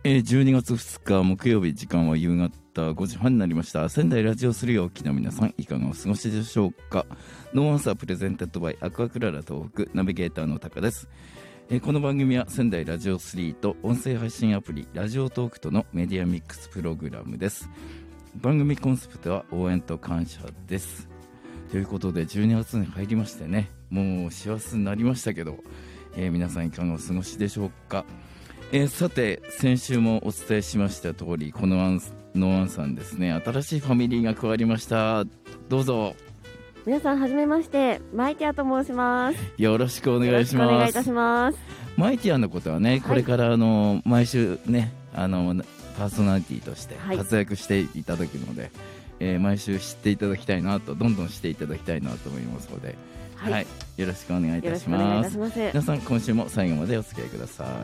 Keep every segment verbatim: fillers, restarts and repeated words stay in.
えー、じゅうにがつふつか木曜日、時間は夕方ごじはんになりました。仙台ラジオスリーをお聞きの皆さん、いかがお過ごしでしょうか。ノーアンサープレゼンテッドバイアクアクララ東北、ナビゲーターのタカです。えー、この番組は仙台ラジオスリーと音声配信アプリラジオトークとのメディアミックスプログラムです。番組コンセプトは応援と感謝です。ということでじゅうにがつに入りましてね、もう師走になりましたけど、えー、皆さんいかがお過ごしでしょうか。えー、さて先週もお伝えしました通り、このアンノーアンさんですね、新しいファミリーが加わりました。どうぞ。 皆さんはじめまして、マイティアと申します。 よろしくお願いします。 よろしくお願いいたします。 マイティアのことはね、これからあの、はい、毎週ね、あのパーソナリティとして活躍していただくので、はい、えー、毎週知っていただきたいなと、どんどんしていただきたいなと思いますので、はいはい、よろしくお願いいたします。皆さん今週も最後までお付き合いください。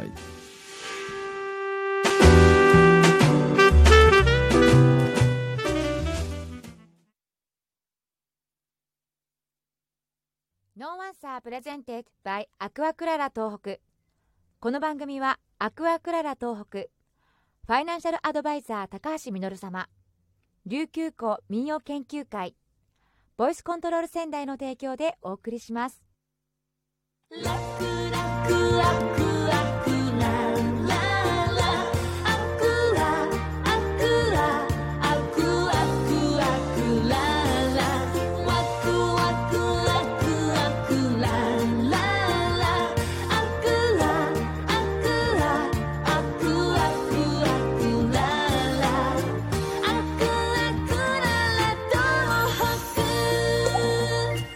ノーアンサープレゼンテッドバイアクアクララ東北。この番組はアクアクララ東北、ファイナンシャルアドバイザー高橋実様、琉球湖民謡研究会、ボイスコントロール仙台の提供でお送りします。ラクラクラクラクラララアクラアクラアクアクアクララワクワクアクアクラララアクラアクラアクアクアクララアクアクララ東北。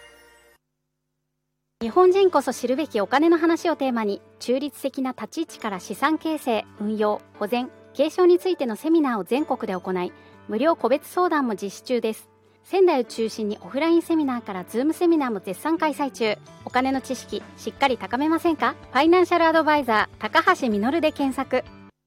日本人こそ知るべきお金の話をテーマに、中立的な立ち位置から資産形成、運用、保全、継承についてのセミナーを全国で行い、無料個別相談も実施中です。仙台を中心にオフラインセミナーからズームセミナーも絶賛開催中。お金の知識しっかり高めませんか。ファイナンシャルアドバイザー高橋実で検索。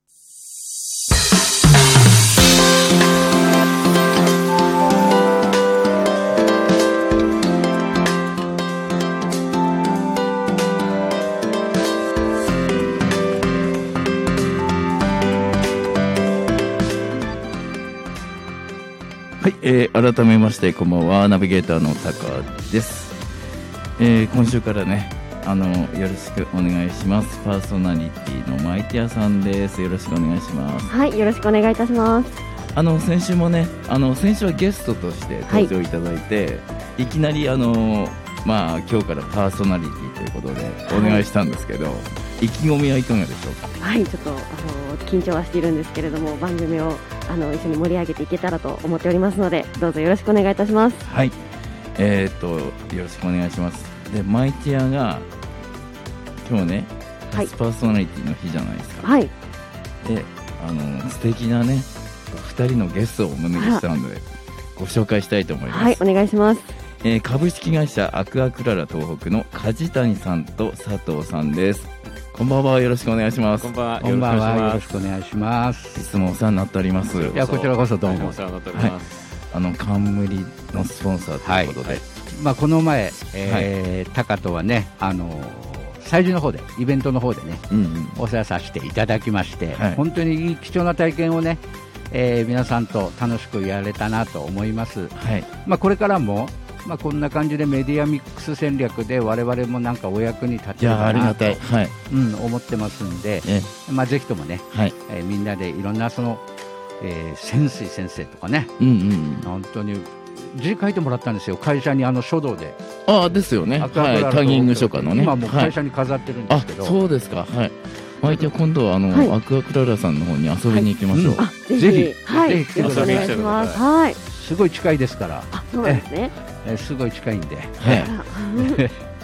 はい、えー、改めましてこんばんは、ナビゲーターのタカです。えー、今週からね、あのよろしくお願いします。パーソナリティのマイティアさんです。よろしくお願いします。 はい、よろしくお願いいたします。 あの先週もね、あの先週はゲストとして登場いただいて、はい、いきなりあのまあ今日からパーソナリティということでお願いしたんですけど、はい、意気込みはいかがでしょうか。 はい、ちょっとあの緊張はしているんですけれども、番組をあの一緒に盛り上げていけたらと思っておりますので、どうぞよろしくお願いいたします。 はい、えー、っとよろしくお願いします。で、マイティアが今日ね、はい、初パーソナリティの日じゃないですか。はい。で、あの素敵なねふたりのゲストをお招きしたのでご紹介したいと思います。 はい、お願いします。 えー、株式会社アクアクララ東北の梶谷さんと佐藤さんです。こんばんは、よろしくお願いします。 こんばんは、 こんばんは、よろしくお願いします。 いつもお世話になっております。 いや、こちらこそどうもお世話になっております。 はい、あの冠のスポンサーということで、はいはい、 まあ、この前、えーはい、タカとはね、あの催事の方でイベントの方でね、うんうん、お世話させていただきまして、はい、本当にいい貴重な体験をね、えー、皆さんと楽しくやれたなと思います。はい、まあ、これからもまあ、こんな感じでメディアミックス戦略で我々もなんかお役に立てればなと、はいうん、思ってますんで、まあ、ぜひともね、はいえー、みんなでいろんなその、えー、潜水先生とかね、うんうんうん、本当に字書いてもらったんですよ、会社にあの書道で。 ああですよね、はい、タギング書家のね、 今もう会社に飾ってるんですけど、 はい、あそうですか。はい、相手は今度はあの、はい、アクアクララさんの方に遊びに行きましょう。 はいうん、ぜひ、はい、よろしくお願いします。はい、 すごい近いですから。 あ、そうなんですね。 えー、すごい近いんで、はい、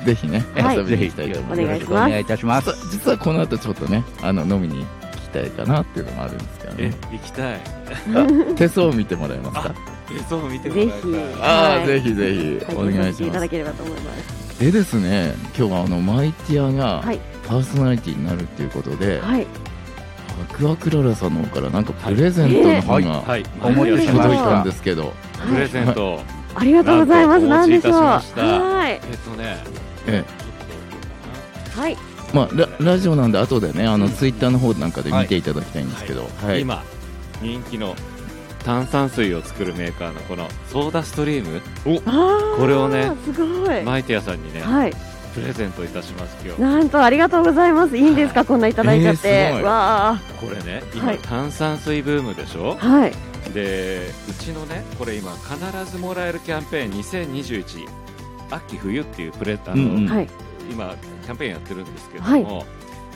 ぜひね、 はい、 遊びに行きたいと思います。 よろしくお願いいたします。 実はこの後ちょっとね、あの飲みに行きたいかなっていうのもあるんですけどね。 え、行きたい。 手相を見てもらえますか。 手相を見てもらえたい。 ああ、ぜひぜひお願いします。 いただければと思います。 でですね、今日はあのマイティアがパーソナリティになるっていうことで、はい、アクアクララさんの方からなんかプレゼントの方が、はい、 思い出しました。 届いたんですけど、 プレゼント、 ありがとうございます。何でしょう。はい。 えっとね、 ええ、はい。 まあ、ラ, ラジオなんで後でねあのツイッターの方なんかで見ていただきたいんですけど、 はいはい、今人気の炭酸水を作るメーカーのこのソーダストリーム、おこれをねすごいマイティアさんにね、はい、プレゼントいたします。今日なんとありがとうございます。いいんですか、はい、こんないただいちゃって、えー、わこれね今、はい、炭酸水ブームでしょ、 はい、 でうちのねこれ今必ずもらえるキャンペーンにせんにじゅういち秋冬っていうプレあの、うんうん、はい、今キャンペーンやってるんですけども、はい、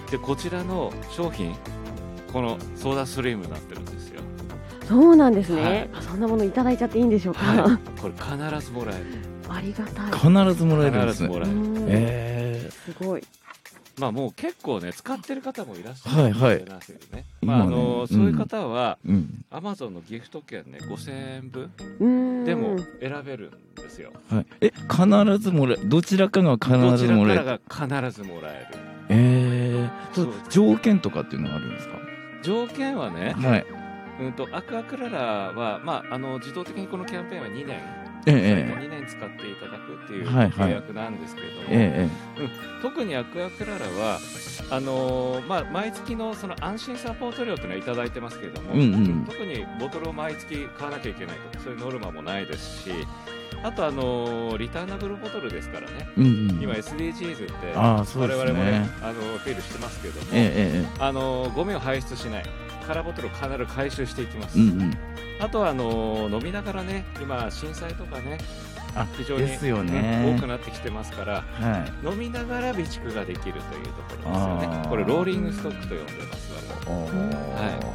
でこちらの商品このソーダストリームになってるんですよ。 そうなんですね、はい、そんなものいただいちゃっていいんでしょうか、はい、 これ必ずもらえる。 ありがたい。 必ずもらえるんですね。 必ずもらえる、 えー、すごい。 まあもう結構ね使ってる方もいらっしゃるんですよね。まああの、うん、そういう方は、うん、Amazon のギフト券ねごせんえんぶんでも選べるんですよ。 はい、え必ずもらえどちらかが必ずもらえる。 どちらかが必ずもらえる。 えー、条件とかっていうのがあるんですか？ 条件はね、はい、うんとアクアクララはまああの自動的にこのキャンペーンはにねん。ええ、にねん使っていただくっていう契約なんですけども、はいはい、ええうん、特にアクアクララはあのーまあ、毎月のその安心サポート料というのはいただいてますけども、うんうん、特にボトルを毎月買わなきゃいけないとかそういうノルマもないですし、あと、あのー、リターナブルボトルですからね、うんうん、今 エスディージーズ って我々もねあのフィールしてますけども、ええあのー、ゴミを排出しない空ボトルを必ず回収していきます、うんうん、あとはあの飲みながらね今震災とかね非常に、ね、多くなってきてますから、はい、飲みながら備蓄ができるというところですよね。これローリングストックと呼んでます我々、はい、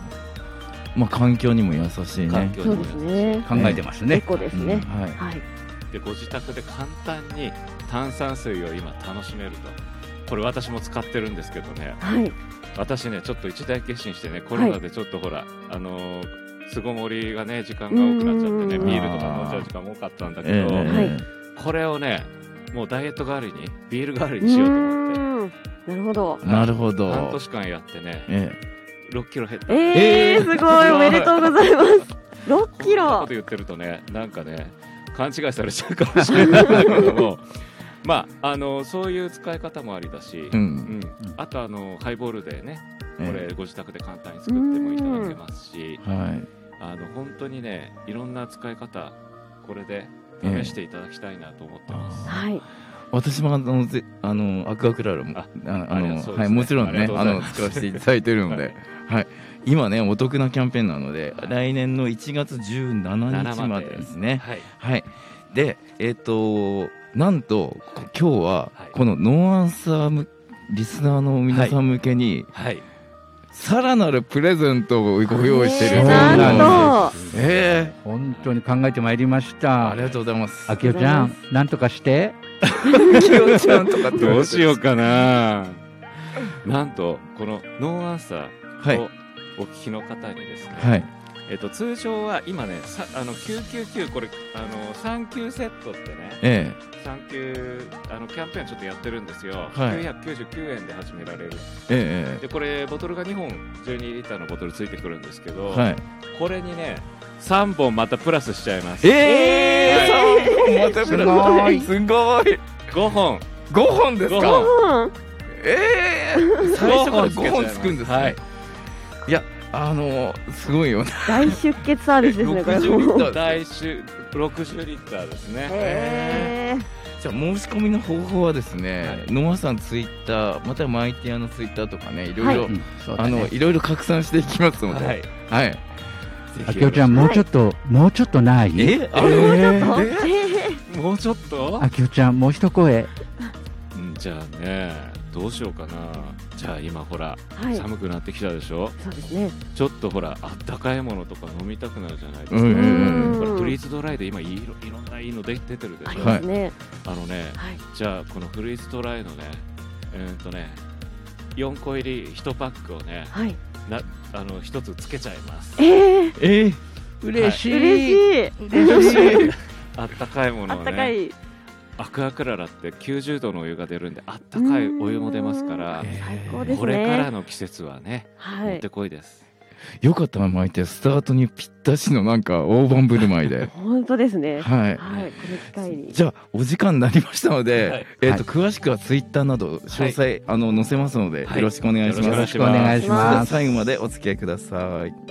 まあ、環境にも優しいね。 環境にも優しい、そうですね、 考えてますね。 エコですね、うん、 はいはい、でご自宅で簡単に炭酸水を今楽しめると。これ私も使ってるんですけどね、はい、私ねちょっと一大決心してねコロナでちょっとほら、はい、あのー、巣ごもりがね時間が多くなっちゃってねビールとか飲んじゃう時間も多かったんだけど、えー、これをねもうダイエット代わりにビール代わりにしようと思って。 なるほど、 なるほど。 半年間やってね、えー、ろっキロ減った。 えー、すごいおめでとうございますろっキロ。 こんなこと言ってるとねなんかね勘違いされちゃうかもしれないんだけどもまあ、あのそういう使い方もありだし、うんうん、あとあのハイボールでねこれご自宅で簡単に作ってもいただけますし、はい、あの本当にねいろんな使い方これで試していただきたいなと思ってます、 はい、 私もあのぜあのアクアクララもああの、ね、はい、もちろんねあの使わせていただいているので、はいはい、今ねお得なキャンペーンなので来年のいちがつじゅうしちにちまでですね。はい、はい、でえっ、ー、となんと今日はこのノーアンサーリスナーの皆さん向けにさらなるプレゼントをご用意している、 えー、なんと、 えー、本当に考えてまいりました。 ありがとうございます。 あきおちゃんなんとかしてあきおちゃんとかってどうしようかな。なんとこのノーアンサーをお聞きの方にですね、はい、えっと、通常は今ねさあのきゅうきゅうきゅうこれあのさん級セットってね、ええ、さん級あのキャンペーンちょっとやってるんですよ、はい、きゅうひゃくきゅうじゅうきゅうえんで始められる、ええ、でこれボトルがにほんじゅうにリッターのボトルついてくるんですけど、はい、これにねさんぼんまたプラスしちゃいます。 えー、はい、さんぼんまたプラスすごいごほんごほんですか。 ごほんえー、最初からごほんつくんですね。はい、いやあのすごいよね。 大出血サービスですねこれ。 ろくじゅうリッター大出ろくじゅうリッターですね。 へー。じゃあ申し込みの方法はですね、はい、ノアさんツイッターまたはマイティアのツイッターとかねいろいろ、はい、あのいろいろ拡散していきますので、はい、はい、 あきおちゃんもうちょっと、はい、もうちょっとない。 えあれ、えー、もうちょっとあきおちゃんもう一声。 んじゃあねどうしようかな。じゃあ今ほら、はい、寒くなってきたでしょ。 そうですね。 ちょっとほらあったかいものとか飲みたくなるじゃないですか。うんうんうん、これフリーズドライで今いろいろんないいので出てるでしょ。ありますね。 あのね、はい、じゃあこのフリーズドライのねえー、っとねよんこ入りいちパックをね、はい、なあのひとつつけちゃいます。 えー、 えー、 嬉しい、はい、嬉しい嬉しいあったかいものをね。 あったかい。 アクアクララってきゅうじゅうどのお湯が出るんであったかいお湯も出ますから、 最高ですね。 これからの季節はね、はい、もってこいです。 よかったな巻いて、スタートにぴったしのなんか大盤振る舞いで本当ですね。 はい、 はい、この機会に。 じゃあお時間になりましたので、はい、えーと詳しくはツイッターなど詳細、はい、あの載せますので、はい、よろしくお願いします。よろしくお願いします。 最後までお付き合いください。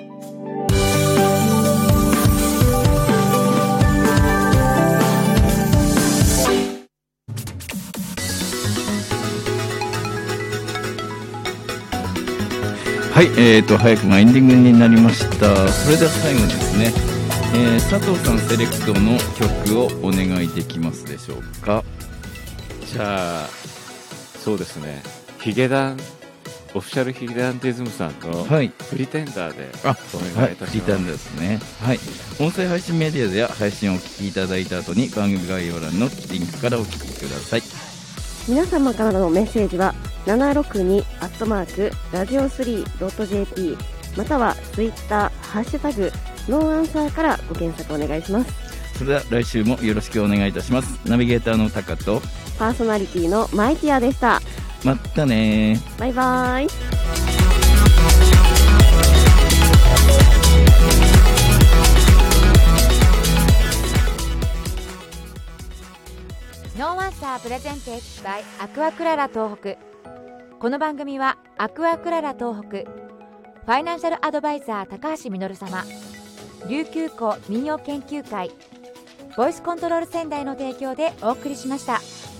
はい、えーと早くもエンディングになりました。それでは最後にですね、えー、佐藤さんセレクトの曲をお願いできますでしょうか。 じゃあそうですね、ヒゲダンオフィシャルヒゲダンディズムさんのプリテンダーでお願いいたします。はい、プリテンダーですね。はい、音声配信メディアでは配信をお聞きいただいた後に番組概要欄のリンクからお聞きください。 皆様からのメッセージはななろくにアットマークラジオスリードットジェーピー またはツイッターハッシュタグノーアンサーからご検索お願いします。 それでは来週もよろしくお願いいたします。ナビゲーターのタカとパーソナリティのマイティアでした。 またね、 バイバイ。 ノーアンサープレゼンテッドバイアクアクララ東北。この番組はアクアクララ東北、ファイナンシャルアドバイザー高橋実様、琉球湖民謡研究会、ボイスコントロール仙台の提供でお送りしました。